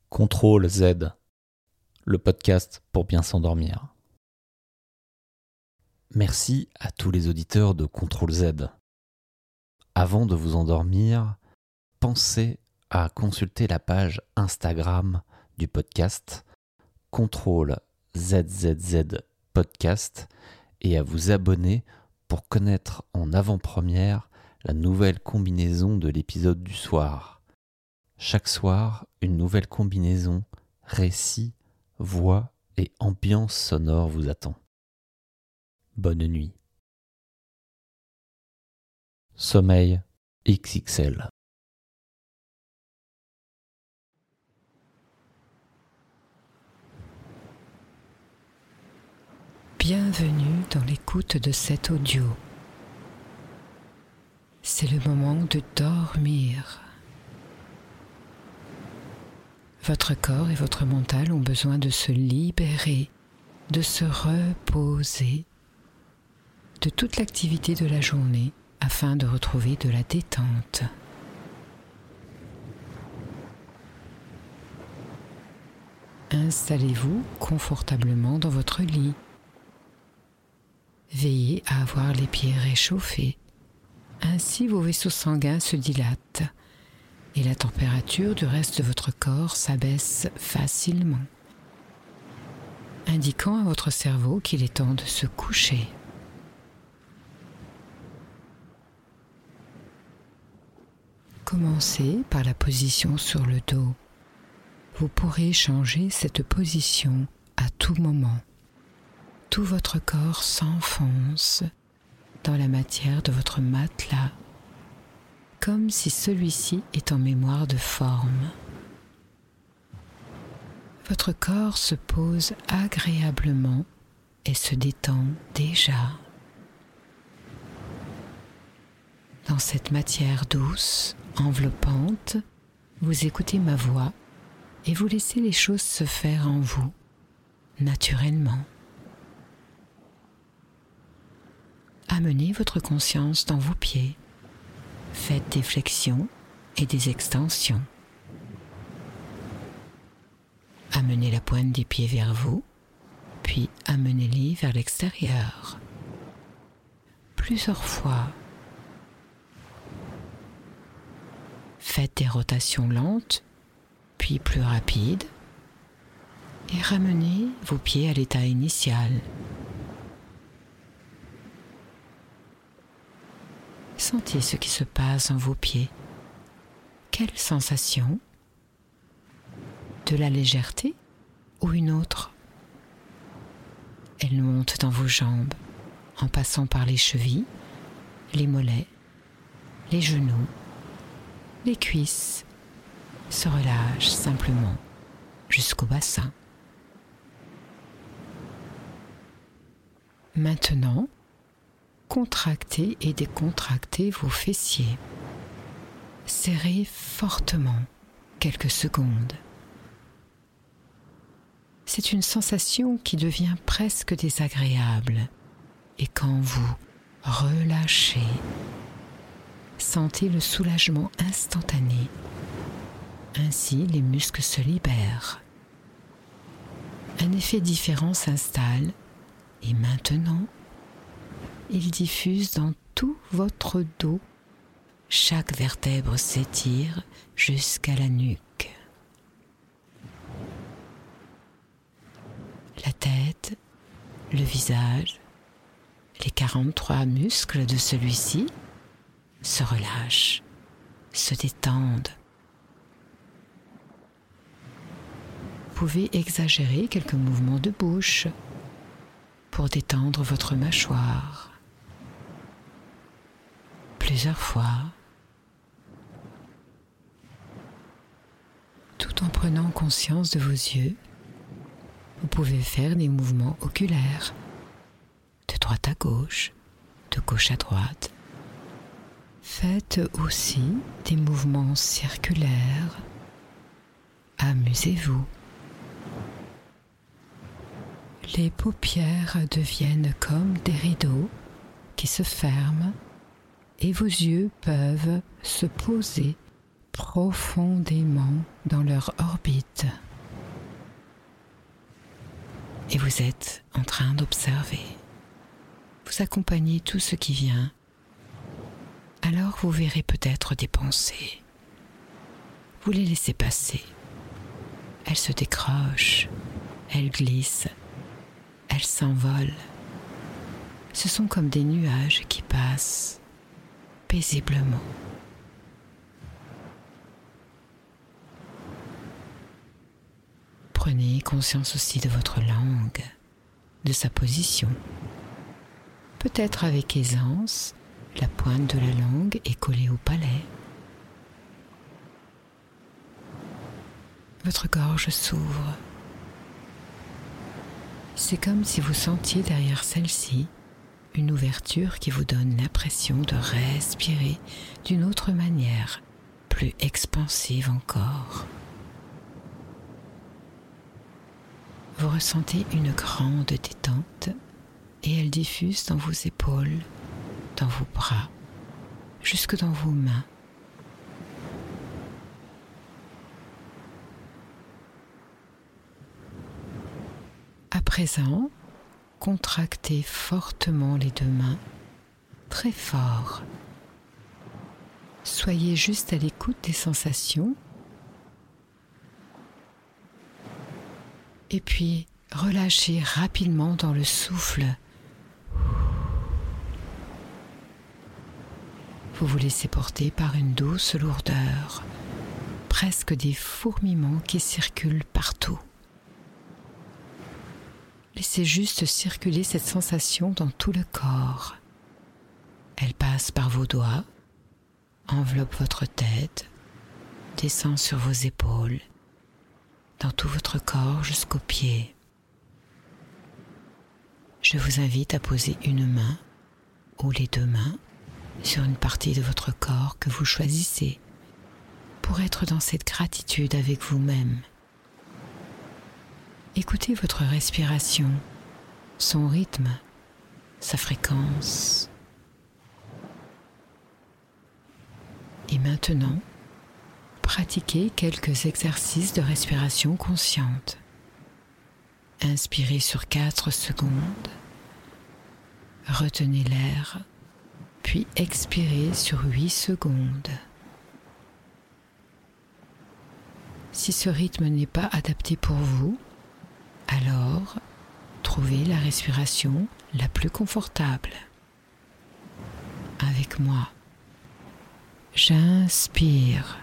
Contrôle Z, le podcast pour bien s'endormir. Merci à tous les auditeurs de Contrôle Z. Avant de vous endormir, pensez à consulter la page Instagram du podcast Contrôle ZZZ Podcast et à vous abonner pour connaître en avant-première la nouvelle combinaison de l'épisode du soir. Chaque soir, une nouvelle combinaison, récit, voix et ambiance sonore vous attend. Bonne nuit. Sommeil XXL. Bienvenue dans l'écoute de cet audio. C'est le moment de dormir. Votre corps et votre mental ont besoin de se libérer, de se reposer de toute l'activité de la journée afin de retrouver de la détente. Installez-vous confortablement dans votre lit. Veillez à avoir les pieds réchauffés. Ainsi, vos vaisseaux sanguins se dilatent et la température du reste de votre corps s'abaisse facilement, indiquant à votre cerveau qu'il est temps de se coucher. Commencez par la position sur le dos. Vous pourrez changer cette position à tout moment. Tout votre corps s'enfonce dans la matière de votre matelas, comme si celui-ci est en mémoire de forme. Votre corps se pose agréablement et se détend déjà. Dans cette matière douce, enveloppante, vous écoutez ma voix et vous laissez les choses se faire en vous, naturellement. Amenez votre conscience dans vos pieds. Faites des flexions et des extensions. Amenez la pointe des pieds vers vous, puis amenez-les vers l'extérieur. Plusieurs fois. Faites des rotations lentes, puis plus rapides, et ramenez vos pieds à l'état initial. Sentez ce qui se passe dans vos pieds. Quelle sensation? De la légèreté ou une autre? Elle monte dans vos jambes, en passant par les chevilles, les mollets, les genoux, les cuisses, se relâche simplement jusqu'au bassin. Maintenant, contractez et décontractez vos fessiers. Serrez fortement quelques secondes. C'est une sensation qui devient presque désagréable. Et quand vous relâchez, sentez le soulagement instantané. Ainsi, les muscles se libèrent. Un effet différent s'installe et maintenant, il diffuse dans tout votre dos. Chaque vertèbre s'étire jusqu'à la nuque. La tête, le visage, les 43 muscles de celui-ci se relâchent, se détendent. Vous pouvez exagérer quelques mouvements de bouche pour détendre votre mâchoire. Plusieurs fois, tout en prenant conscience de vos yeux, vous pouvez faire des mouvements oculaires, de droite à gauche, de gauche à droite. Faites aussi des mouvements circulaires. Amusez-vous. Les paupières deviennent comme des rideaux qui se ferment et vos yeux peuvent se poser profondément dans leur orbite. Et vous êtes en train d'observer. Vous accompagnez tout ce qui vient. Alors vous verrez peut-être des pensées. Vous les laissez passer. Elles se décrochent, elles glissent, elles s'envolent. Ce sont comme des nuages qui passent paisiblement. Prenez conscience aussi de votre langue, de sa position. Peut-être avec aisance, la pointe de la langue est collée au palais. Votre gorge s'ouvre. C'est comme si vous sentiez derrière celle-ci une ouverture qui vous donne l'impression de respirer d'une autre manière, plus expansive encore. Vous ressentez une grande détente et elle diffuse dans vos épaules, dans vos bras, jusque dans vos mains. À présent, contractez fortement les deux mains, très fort. Soyez juste à l'écoute des sensations. Et puis, relâchez rapidement dans le souffle. Vous vous laissez porter par une douce lourdeur, presque des fourmillements qui circulent partout. Laissez juste circuler cette sensation dans tout le corps. Elle passe par vos doigts, enveloppe votre tête, descend sur vos épaules, dans tout votre corps jusqu'aux pieds. Je vous invite à poser une main ou les deux mains sur une partie de votre corps que vous choisissez pour être dans cette gratitude avec vous-même. Écoutez votre respiration, son rythme, sa fréquence. Et maintenant, pratiquez quelques exercices de respiration consciente. Inspirez sur 4 secondes, retenez l'air, puis expirez sur 8 secondes. Si ce rythme n'est pas adapté pour vous, alors trouvez la respiration la plus confortable. Avec moi, j'inspire.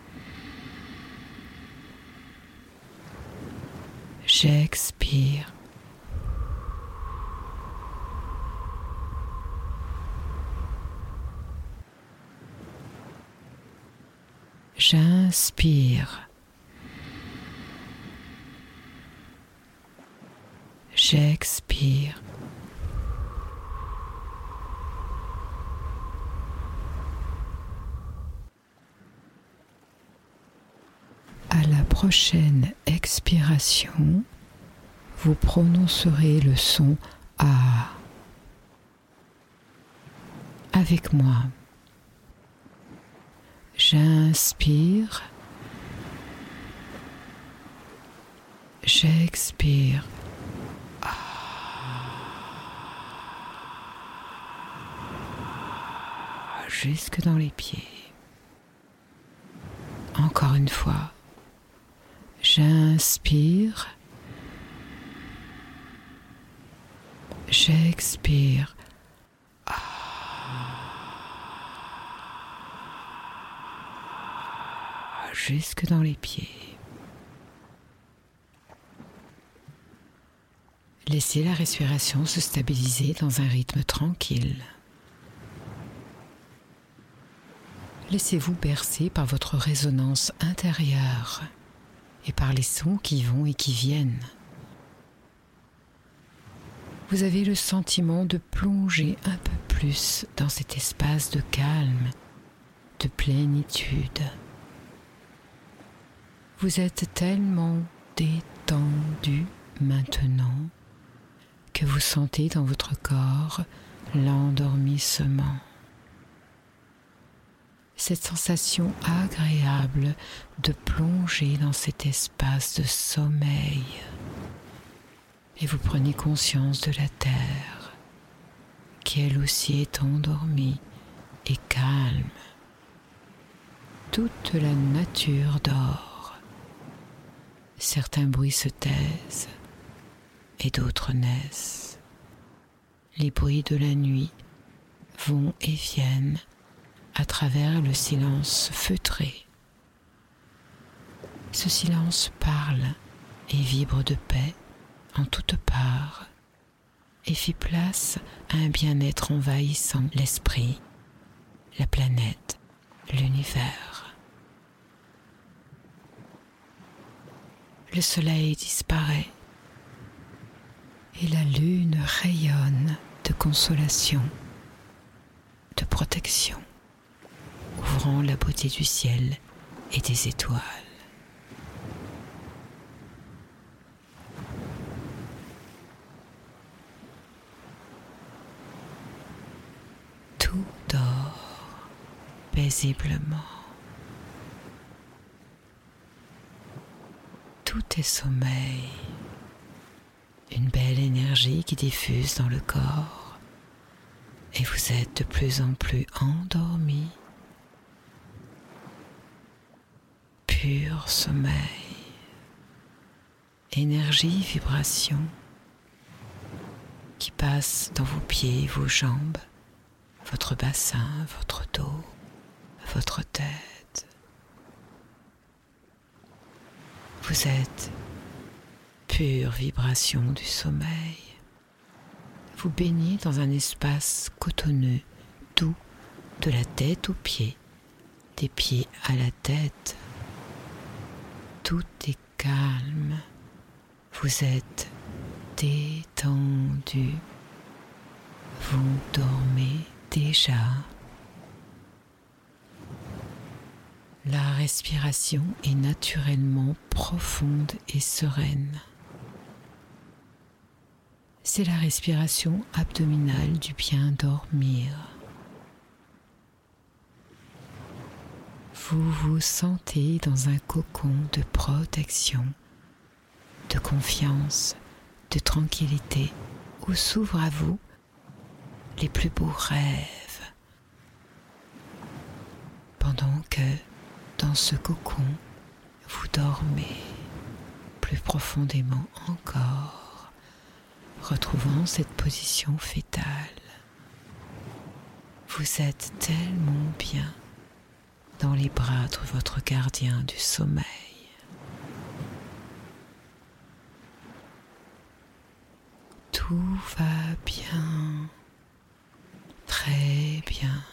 J'expire. J'inspire. J'expire. À la prochaine expiration, vous prononcerez le son A. Avec moi. J'inspire. J'expire. Jusque dans les pieds. Encore une fois. J'inspire. J'expire. Jusque dans les pieds. Laissez la respiration se stabiliser dans un rythme tranquille. Laissez-vous bercer par votre résonance intérieure et par les sons qui vont et qui viennent. Vous avez le sentiment de plonger un peu plus dans cet espace de calme, de plénitude. Vous êtes tellement détendu maintenant que vous sentez dans votre corps l'endormissement. cette sensation agréable de plonger dans cet espace de sommeil. Et vous prenez conscience de la terre, qui elle aussi est endormie et calme. Toute la nature dort. Certains bruits se taisent et d'autres naissent. Les bruits de la nuit vont et viennent à travers le silence feutré. Ce silence parle et vibre de paix en toutes parts et fit place à un bien-être envahissant l'esprit, la planète, l'univers. Le soleil disparaît et la lune rayonne de consolation, de protection, ouvrant la beauté du ciel et des étoiles. Tout dort paisiblement. Tout est sommeil. Une belle énergie qui diffuse dans le corps et vous êtes de plus en plus endormi. Pur sommeil. Énergie, vibration qui passe dans vos pieds, vos jambes, votre bassin, votre dos, votre tête. Vous êtes pure vibration du sommeil. Vous baignez dans un espace cotonneux, doux, de la tête aux pieds, des pieds à la tête. Tout est calme. Vous êtes détendu. Vous dormez déjà. La respiration est naturellement profonde et sereine. C'est la respiration abdominale du bien dormir. Vous vous sentez dans un cocon de protection, de confiance, de tranquillité, où s'ouvrent à vous les plus beaux rêves. Pendant que, dans ce cocon, vous dormez plus profondément encore, retrouvant cette position fétale. Vous êtes tellement bien dans les bras de votre gardien du sommeil. Tout va bien, très bien.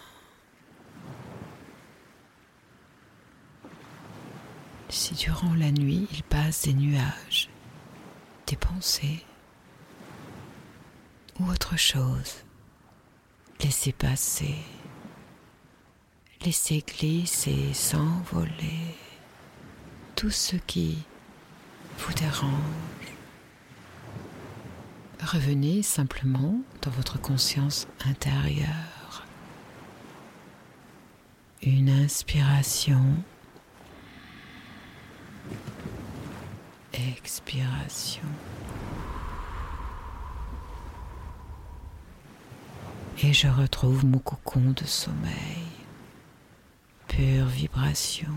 Si durant la nuit il passe des nuages, des pensées ou autre chose, laissez passer. Laissez glisser, s'envoler tout ce qui vous dérange. Revenez simplement dans votre conscience intérieure. Une inspiration, expiration. Et je retrouve mon cocon de sommeil. Pure vibration,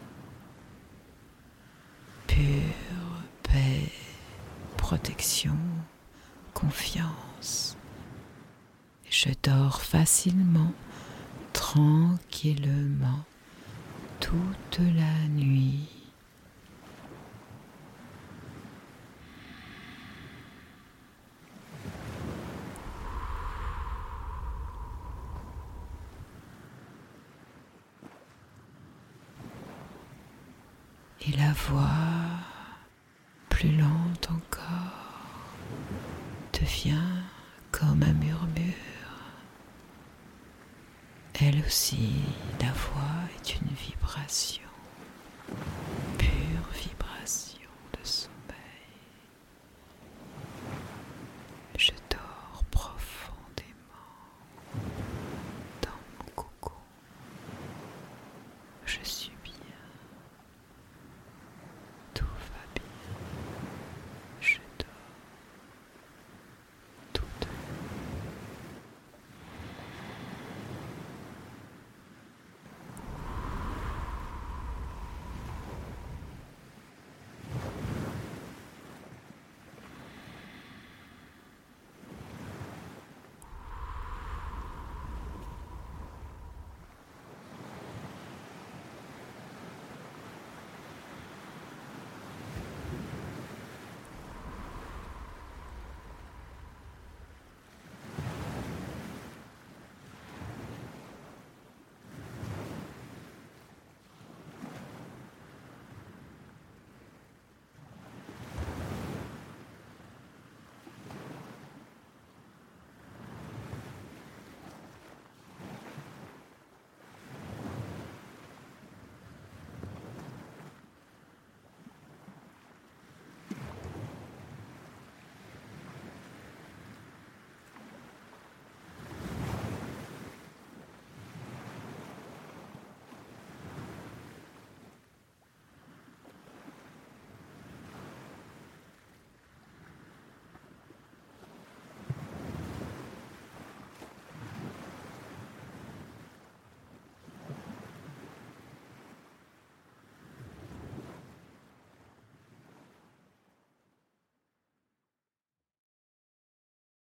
pure paix, protection, confiance. Je dors facilement, tranquillement, toute la nuit. Et la voix, plus lente encore, devient comme un murmure. Elle aussi, la voix est une vibration, pure vibration.